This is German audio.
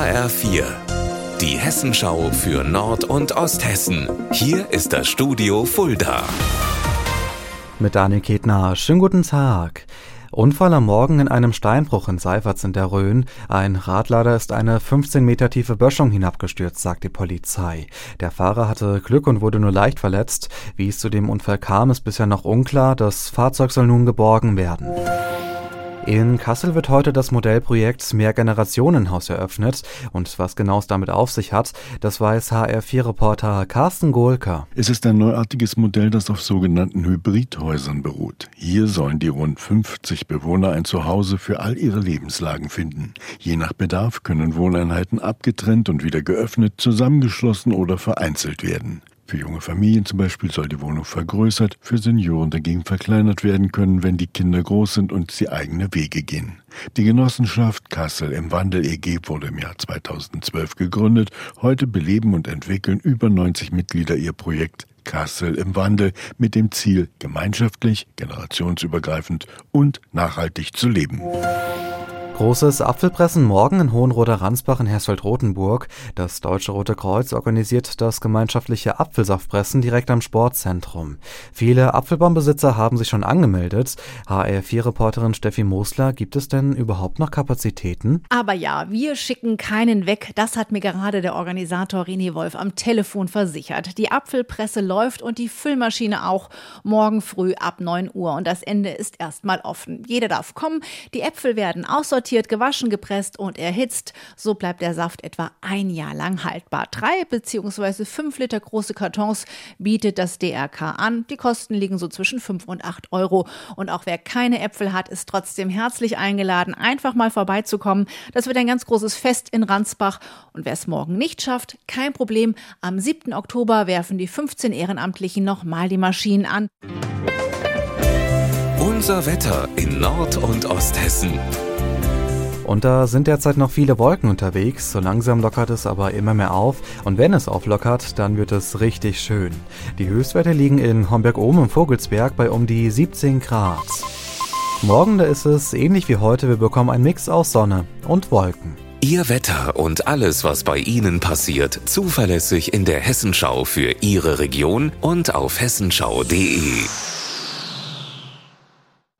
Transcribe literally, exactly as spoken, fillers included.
H R vier, die Hessenschau für Nord- und Osthessen. Hier ist das Studio Fulda. Mit Daniel Ketner. Schönen guten Tag. Unfall am Morgen in einem Steinbruch in Seiferts in der Rhön. Ein Radlader ist eine fünfzehn Meter tiefe Böschung hinabgestürzt, sagt die Polizei. Der Fahrer hatte Glück und wurde nur leicht verletzt. Wie es zu dem Unfall kam, ist bisher noch unklar. Das Fahrzeug soll nun geborgen werden. In Kassel wird heute das Modellprojekt Mehrgenerationenhaus eröffnet. Und was genau es damit auf sich hat, das weiß H R vier Reporter Carsten Gohlke. Es ist ein neuartiges Modell, das auf sogenannten Hybridhäusern beruht. Hier sollen die rund fünfzig Bewohner ein Zuhause für all ihre Lebenslagen finden. Je nach Bedarf können Wohneinheiten abgetrennt und wieder geöffnet, zusammengeschlossen oder vereinzelt werden. Für junge Familien zum Beispiel soll die Wohnung vergrößert, für Senioren dagegen verkleinert werden können, wenn die Kinder groß sind und sie eigene Wege gehen. Die Genossenschaft Kassel im Wandel E G wurde im Jahr zweitausendzwölf gegründet. Heute beleben und entwickeln über neunzig Mitglieder ihr Projekt Kassel im Wandel mit dem Ziel, gemeinschaftlich, generationsübergreifend und nachhaltig zu leben. Großes Apfelpressen morgen in Hohenroder-Ransbach in Hersfeld-Rotenburg. Das Deutsche Rote Kreuz organisiert das gemeinschaftliche Apfelsaftpressen direkt am Sportzentrum. Viele Apfelbaumbesitzer haben sich schon angemeldet. H R vier Reporterin Steffi Mosler, gibt es denn überhaupt noch Kapazitäten? Aber ja, wir schicken keinen weg. Das hat mir gerade der Organisator René Wolf am Telefon versichert. Die Apfelpresse läuft und die Füllmaschine auch morgen früh ab neun Uhr. Und das Ende ist erstmal offen. Jeder darf kommen. Die Äpfel werden aussortiert, gewaschen, gepresst und erhitzt. So bleibt der Saft etwa ein Jahr lang haltbar. Drei bzw. fünf Liter große Kartons bietet das D R K an. Die Kosten liegen so zwischen fünf und acht Euro. Und auch wer keine Äpfel hat, ist trotzdem herzlich eingeladen, einfach mal vorbeizukommen. Das wird ein ganz großes Fest in Ransbach. Und wer es morgen nicht schafft, kein Problem. Am siebten Oktober werfen die fünfzehn Ehrenamtlichen nochmal die Maschinen an. Unser Wetter in Nord- und Osthessen. Und da sind derzeit noch viele Wolken unterwegs, so langsam lockert es aber immer mehr auf und wenn es auflockert, dann wird es richtig schön. Die Höchstwerte liegen in Homberg-Ohm im Vogelsberg bei um die siebzehn Grad. Morgen, da ist es ähnlich wie heute, wir bekommen einen Mix aus Sonne und Wolken. Ihr Wetter und alles, was bei Ihnen passiert, zuverlässig in der Hessenschau für Ihre Region und auf hessenschau punkt de.